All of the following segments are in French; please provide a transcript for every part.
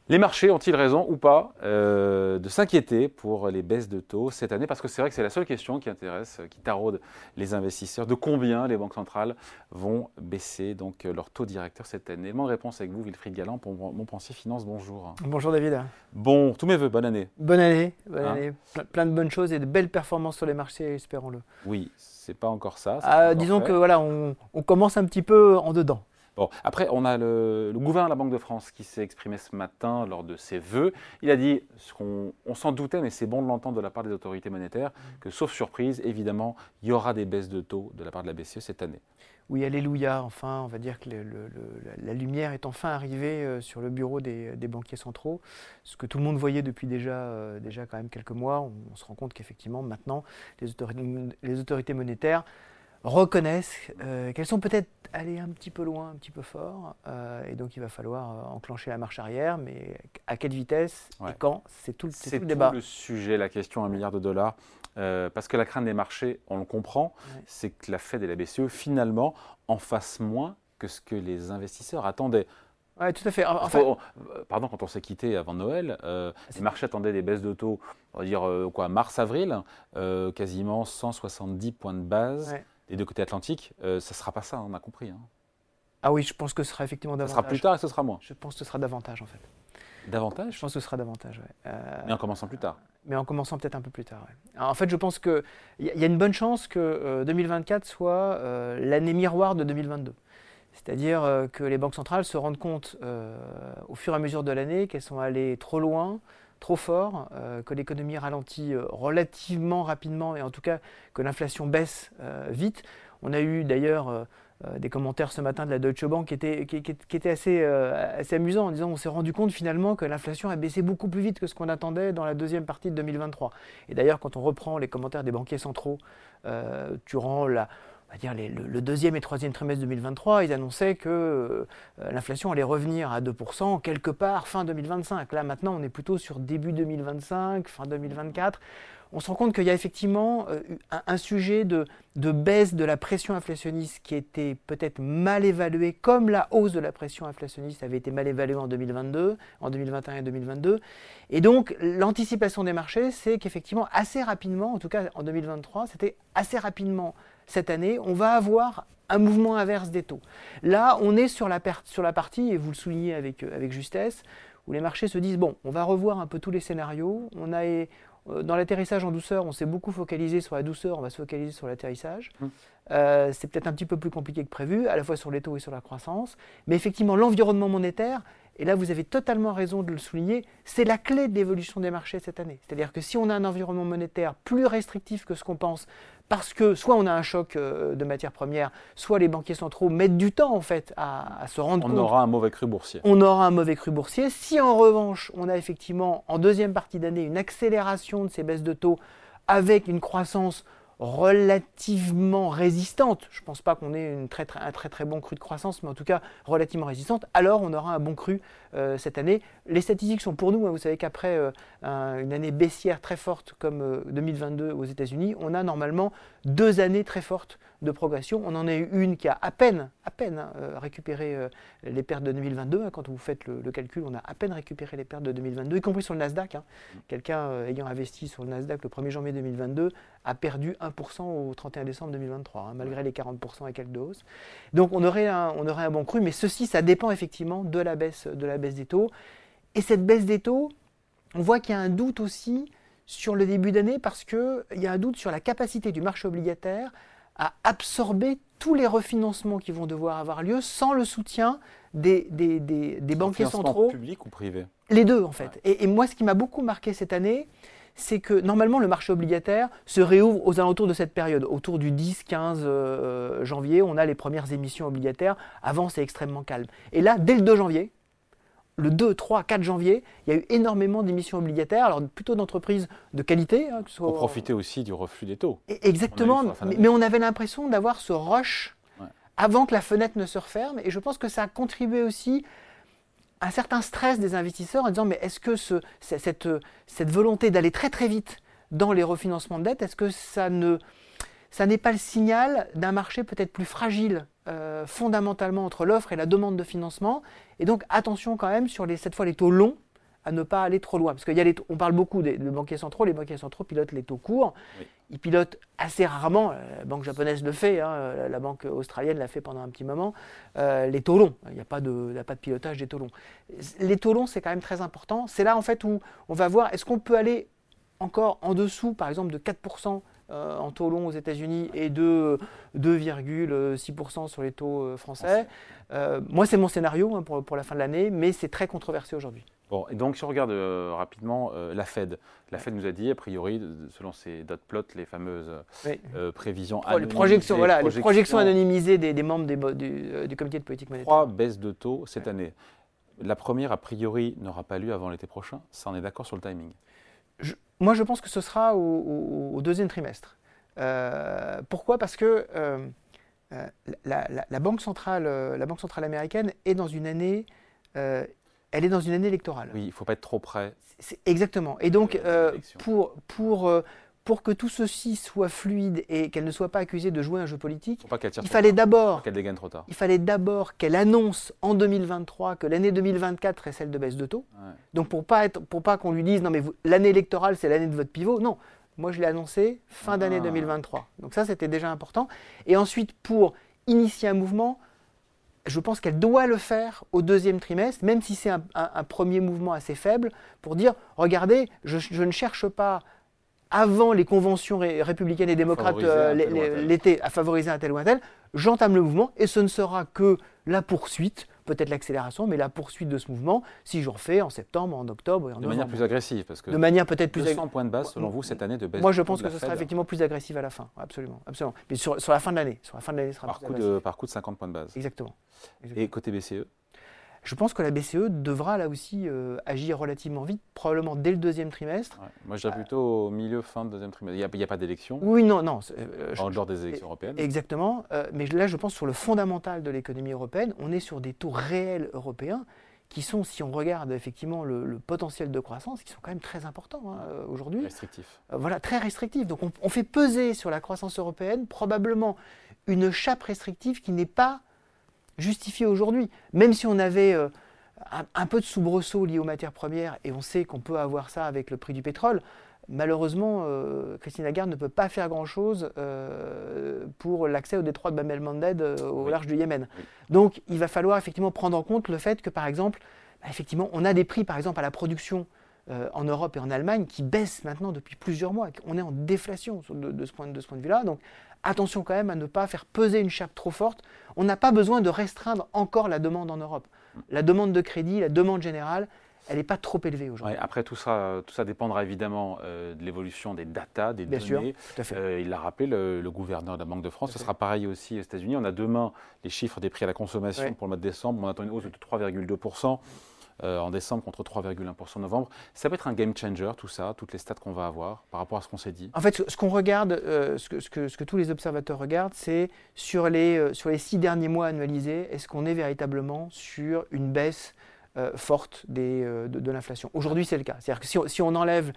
Les marchés ont-ils raison ou pas de s'inquiéter pour les baisses de taux cette année? Parce que c'est vrai que c'est la seule question qui intéresse, qui taraude les investisseurs. De combien les banques centrales vont baisser donc leur taux directeur cette année? Élément de réponse avec vous, Wilfried Galland, pour Montpensier Finance. Bonjour. Bonjour David. Bon, tous mes voeux, bonne année. Bonne année, Hein? plein de bonnes choses et de belles performances sur les marchés, espérons-le. Oui, c'est pas encore ça. C'est pas encore Disons fait. que voilà, on commence un petit peu en dedans. Bon, après, on a le gouverneur de la Banque de France qui s'est exprimé ce matin lors de ses vœux. Il a dit, on s'en doutait, mais c'est bon de l'entendre de la part des autorités monétaires, que sauf surprise, évidemment, il y aura des baisses de taux de la part de la BCE cette année. Oui, alléluia, enfin, on va dire que la lumière est enfin arrivée sur le bureau des banquiers centraux. Ce que tout le monde voyait depuis déjà quand même quelques mois, on se rend compte qu'effectivement, maintenant, les autorités monétaires reconnaissent qu'elles sont peut-être allées un petit peu loin, un petit peu fort, et donc il va falloir enclencher la marche arrière, mais à quelle vitesse et quand, c'est tout le débat. C'est tout le sujet, la question $1 milliard. Parce que la crainte des marchés, on le comprend, c'est que la Fed et la BCE, finalement, en fassent moins que ce que les investisseurs attendaient. Oui, tout à fait. Pardon, quand on s'est quitté avant Noël, les marchés attendaient des baisses de taux, on va dire mars-avril, quasiment 170 points de base. Des deux côtés atlantiques, ça ne sera pas ça, on a compris. Hein. Ah oui, je pense que ce sera effectivement davantage. Ça sera plus tard et ce sera moins. Je pense que ce sera davantage en fait. Davantage? Je pense que ce sera davantage, oui. Mais en commençant plus tard. Mais en commençant peut-être un peu plus tard, oui. Alors, en fait, je pense qu'il y a une bonne chance que 2024 soit l'année miroir de 2022. C'est-à-dire que les banques centrales se rendent compte au fur et à mesure de l'année qu'elles sont allées trop loin, trop fort, que l'économie ralentit relativement rapidement et en tout cas que l'inflation baisse vite. On a eu d'ailleurs des commentaires ce matin de la Deutsche Bank qui étaient assez amusants en disant on s'est rendu compte finalement que l'inflation a baissé beaucoup plus vite que ce qu'on attendait dans la deuxième partie de 2023. Et d'ailleurs quand on reprend les commentaires des banquiers centraux durant on va dire le deuxième et troisième trimestre 2023, ils annonçaient que l'inflation allait revenir à 2% quelque part fin 2025. Là maintenant on est plutôt sur début 2025, fin 2024. On se rend compte qu'il y a effectivement un sujet de baisse de la pression inflationniste qui était peut-être mal évaluée, comme la hausse de la pression inflationniste avait été mal évaluée en 2022, en 2021 et 2022. Et donc l'anticipation des marchés, c'est qu'effectivement assez rapidement, en tout cas en 2023, c'était assez rapidement cette année, on va avoir un mouvement inverse des taux. Là, on est sur la partie, et vous le soulignez avec justesse, où les marchés se disent, bon, on va revoir un peu tous les scénarios. Dans l'atterrissage en douceur, on s'est beaucoup focalisé sur la douceur, on va se focaliser sur l'atterrissage. C'est peut-être un petit peu plus compliqué que prévu, à la fois sur les taux et sur la croissance. Mais effectivement, l'environnement monétaire, et là vous avez totalement raison de le souligner, c'est la clé de l'évolution des marchés cette année. C'est-à-dire que si on a un environnement monétaire plus restrictif que ce qu'on pense, parce que soit on a un choc de matières premières, soit les banquiers centraux mettent du temps en fait à se rendre compte. On aura un mauvais cru boursier. On aura un mauvais cru boursier. Si en revanche, on a effectivement en deuxième partie d'année une accélération de ces baisses de taux avec une croissance relativement résistante, je ne pense pas qu'on ait un très bon cru de croissance, mais en tout cas relativement résistante, alors on aura un bon cru cette année. Les statistiques sont pour nous, hein, vous savez qu'après une année baissière très forte comme 2022 aux États-Unis, on a normalement 2 années très fortes de progression. On en a eu une qui a à peine récupéré les pertes de 2022. Hein, quand vous faites le calcul, on a à peine récupéré les pertes de 2022, y compris sur le Nasdaq. Hein. Quelqu'un ayant investi sur le Nasdaq le 1er janvier 2022 a perdu 1% au 31 décembre 2023, hein, malgré les 40% et quelques de hausse. Donc on aurait un bon cru, mais ceci, ça dépend effectivement de la baisse des taux. Et cette baisse des taux, on voit qu'il y a un doute aussi sur le début d'année parce qu'il y a un doute sur la capacité du marché obligataire à absorber tous les refinancements qui vont devoir avoir lieu sans le soutien des banquiers centraux. Public ou privé? Les deux en fait. Ouais. Et moi ce qui m'a beaucoup marqué cette année, c'est que normalement le marché obligataire se réouvre aux alentours de cette période. Autour du 10-15 janvier, on a les premières émissions obligataires. Avant c'est extrêmement calme. Et là, dès le 2 janvier, le 2, 3, 4 janvier, il y a eu énormément d'émissions obligataires, alors plutôt d'entreprises de qualité. Hein, pour profiter aussi du reflux des taux. Exactement, mais on avait l'impression d'avoir ce rush avant que la fenêtre ne se referme, et je pense que ça a contribué aussi à un certain stress des investisseurs en disant mais est-ce que cette volonté d'aller très très vite dans les refinancements de dette, est-ce que ça n'est pas le signal d'un marché peut-être plus fragile fondamentalement entre l'offre et la demande de financement. Et donc attention quand même sur cette fois les taux longs à ne pas aller trop loin. Parce on parle beaucoup des banquiers centraux. Les banquiers centraux pilotent les taux courts. Oui. Ils pilotent assez rarement, la banque japonaise le fait, la banque australienne l'a fait pendant un petit moment, les taux longs. Il n'y a pas de pilotage des taux longs. Les taux longs, c'est quand même très important. C'est là en fait où on va voir, est-ce qu'on peut aller encore en dessous, par exemple, de 4% en taux long aux États-Unis et de 2,6% sur les taux français. Moi, c'est mon scénario pour la fin de l'année, mais c'est très controversé aujourd'hui. Bon, et donc si on regarde rapidement la Fed. La Fed nous a dit, a priori, selon ses dot plots, les fameuses prévisions anonymisées. Les projections anonymisées des membres du comité de politique monétaire. 3 baisses de taux cette année. La première, a priori, n'aura pas lieu avant l'été prochain. Ça, on est d'accord sur le timing? Moi, je pense que ce sera au deuxième trimestre. Pourquoi? Parce que la Banque centrale américaine est dans une année, elle est dans une année électorale. Oui, il ne faut pas être trop près. Exactement. Et donc, pour que tout ceci soit fluide et qu'elle ne soit pas accusée de jouer un jeu politique, il fallait d'abord qu'elle annonce en 2023 que l'année 2024 est celle de baisse de taux. Ouais. Donc pour pas qu'on lui dise non mais l'année électorale c'est l'année de votre pivot. Non, moi je l'ai annoncé fin d'année 2023. Donc ça c'était déjà important. Et ensuite pour initier un mouvement, je pense qu'elle doit le faire au deuxième trimestre, même si c'est un premier mouvement assez faible, pour dire regardez, je ne cherche pas avant les conventions républicaines et démocrates l'été à favoriser un tel ou un tel, j'entame le mouvement et ce ne sera que la poursuite, peut-être l'accélération, mais la poursuite de ce mouvement, si je refais en septembre, en octobre et en novembre. De manière plus agressive, parce que de manière peut-être plus 200 points de base selon vous cette année de baisse. Moi je pense que ce sera effectivement plus agressif à la fin, absolument. Mais sur la fin de l'année, ce sera plus agressif. Par coup de 50 points de base. Exactement. Et côté BCE? Je pense que la BCE devra là aussi agir relativement vite, probablement dès le deuxième trimestre. Ouais. Moi je dirais plutôt au milieu, fin de deuxième trimestre. Il n'y a pas d'élection. Oui, non. En dehors des élections européennes. Exactement. Mais là je pense sur le fondamental de l'économie européenne, on est sur des taux réels européens qui sont, si on regarde effectivement le potentiel de croissance, qui sont quand même très importants aujourd'hui. Restrictifs. Voilà, très restrictifs. Donc on fait peser sur la croissance européenne probablement une chape restrictive qui n'est pas justifié aujourd'hui, même si on avait un peu de soubresaut lié aux matières premières, et on sait qu'on peut avoir ça avec le prix du pétrole, malheureusement, Christine Lagarde ne peut pas faire grand-chose pour l'accès au détroit de Bab el-Mandeb au large du Yémen. Oui. Donc il va falloir effectivement prendre en compte le fait que, par exemple, effectivement, on a des prix, par exemple, à la production en Europe et en Allemagne qui baissent maintenant depuis plusieurs mois. On est en déflation de ce point de vue-là. Donc attention quand même à ne pas faire peser une chape trop forte. On n'a pas besoin de restreindre encore la demande en Europe. La demande de crédit, la demande générale, elle n'est pas trop élevée aujourd'hui. Ouais, après, tout ça dépendra évidemment de l'évolution des datas, des données. Sûr, tout à fait. Il l'a rappelé, le gouverneur de la Banque de France. Ce sera pareil aussi aux États-Unis. On a demain les chiffres des prix à la consommation pour le mois de décembre. On attend une hausse de 3,2%. En décembre contre 3,1% en novembre. Ça peut être un game changer, tout ça, toutes les stats qu'on va avoir par rapport à ce qu'on s'est dit. En fait, ce qu'on regarde, ce que tous les observateurs regardent, c'est sur les 6 derniers mois annualisés, est-ce qu'on est véritablement sur une baisse forte de l'inflation. Aujourd'hui, c'est le cas. C'est-à-dire que si on enlève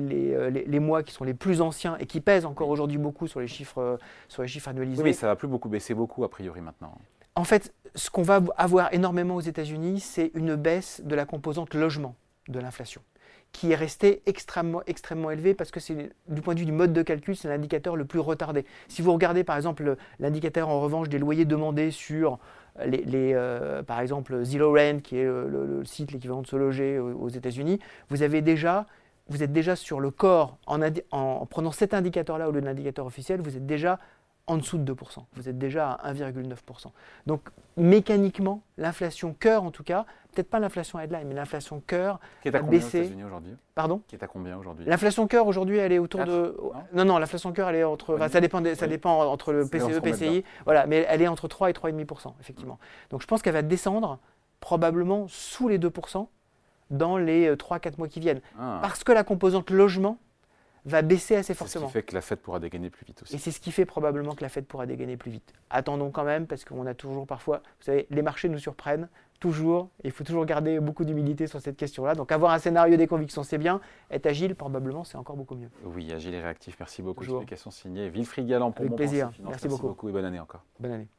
les mois qui sont les plus anciens et qui pèsent encore aujourd'hui beaucoup sur les chiffres annualisés. Oui, mais ça ne va plus baisser beaucoup a priori maintenant. En fait, ce qu'on va avoir énormément aux États-Unis, c'est une baisse de la composante logement de l'inflation, qui est restée extrêmement élevée parce que c'est, du point de vue du mode de calcul, c'est l'indicateur le plus retardé. Si vous regardez par exemple l'indicateur en revanche des loyers demandés sur par exemple Zillow Rent, qui est le site l'équivalent de Se Loger aux États-Unis, vous êtes déjà sur le corps, en prenant cet indicateur-là au lieu de l'indicateur officiel, vous êtes déjà en dessous de 2%. Vous êtes déjà à 1,9%. Donc, mécaniquement, l'inflation cœur, en tout cas, peut-être pas l'inflation headline, mais l'inflation cœur a baissé. Qui est à combien aux États-Unis aujourd'hui ? Pardon ? Qui est à combien aujourd'hui ? L'inflation cœur, aujourd'hui, elle est autour 4, de... Non, l'inflation cœur, elle est entre... Enfin, ça dépend entre le PCE, PCI, voilà, mais elle est entre 3 et 3,5%, effectivement. Donc, je pense qu'elle va descendre probablement sous les 2% dans les 3-4 mois qui viennent. Parce que la composante logement va baisser assez fortement. C'est ce qui fait que la Fed pourra dégainer plus vite aussi. Et c'est ce qui fait probablement que la Fed pourra dégainer plus vite. Attendons quand même, parce qu'on a toujours parfois, vous savez, les marchés nous surprennent, toujours, et il faut toujours garder beaucoup d'humilité sur cette question-là. Donc avoir un scénario des convictions, c'est bien, être agile, probablement, c'est encore beaucoup mieux. Oui, agile et réactif, merci beaucoup. Explication signée Wilfried Galland pour Avec plaisir, Montpensier Finance. merci beaucoup Et bonne année encore. Bonne année.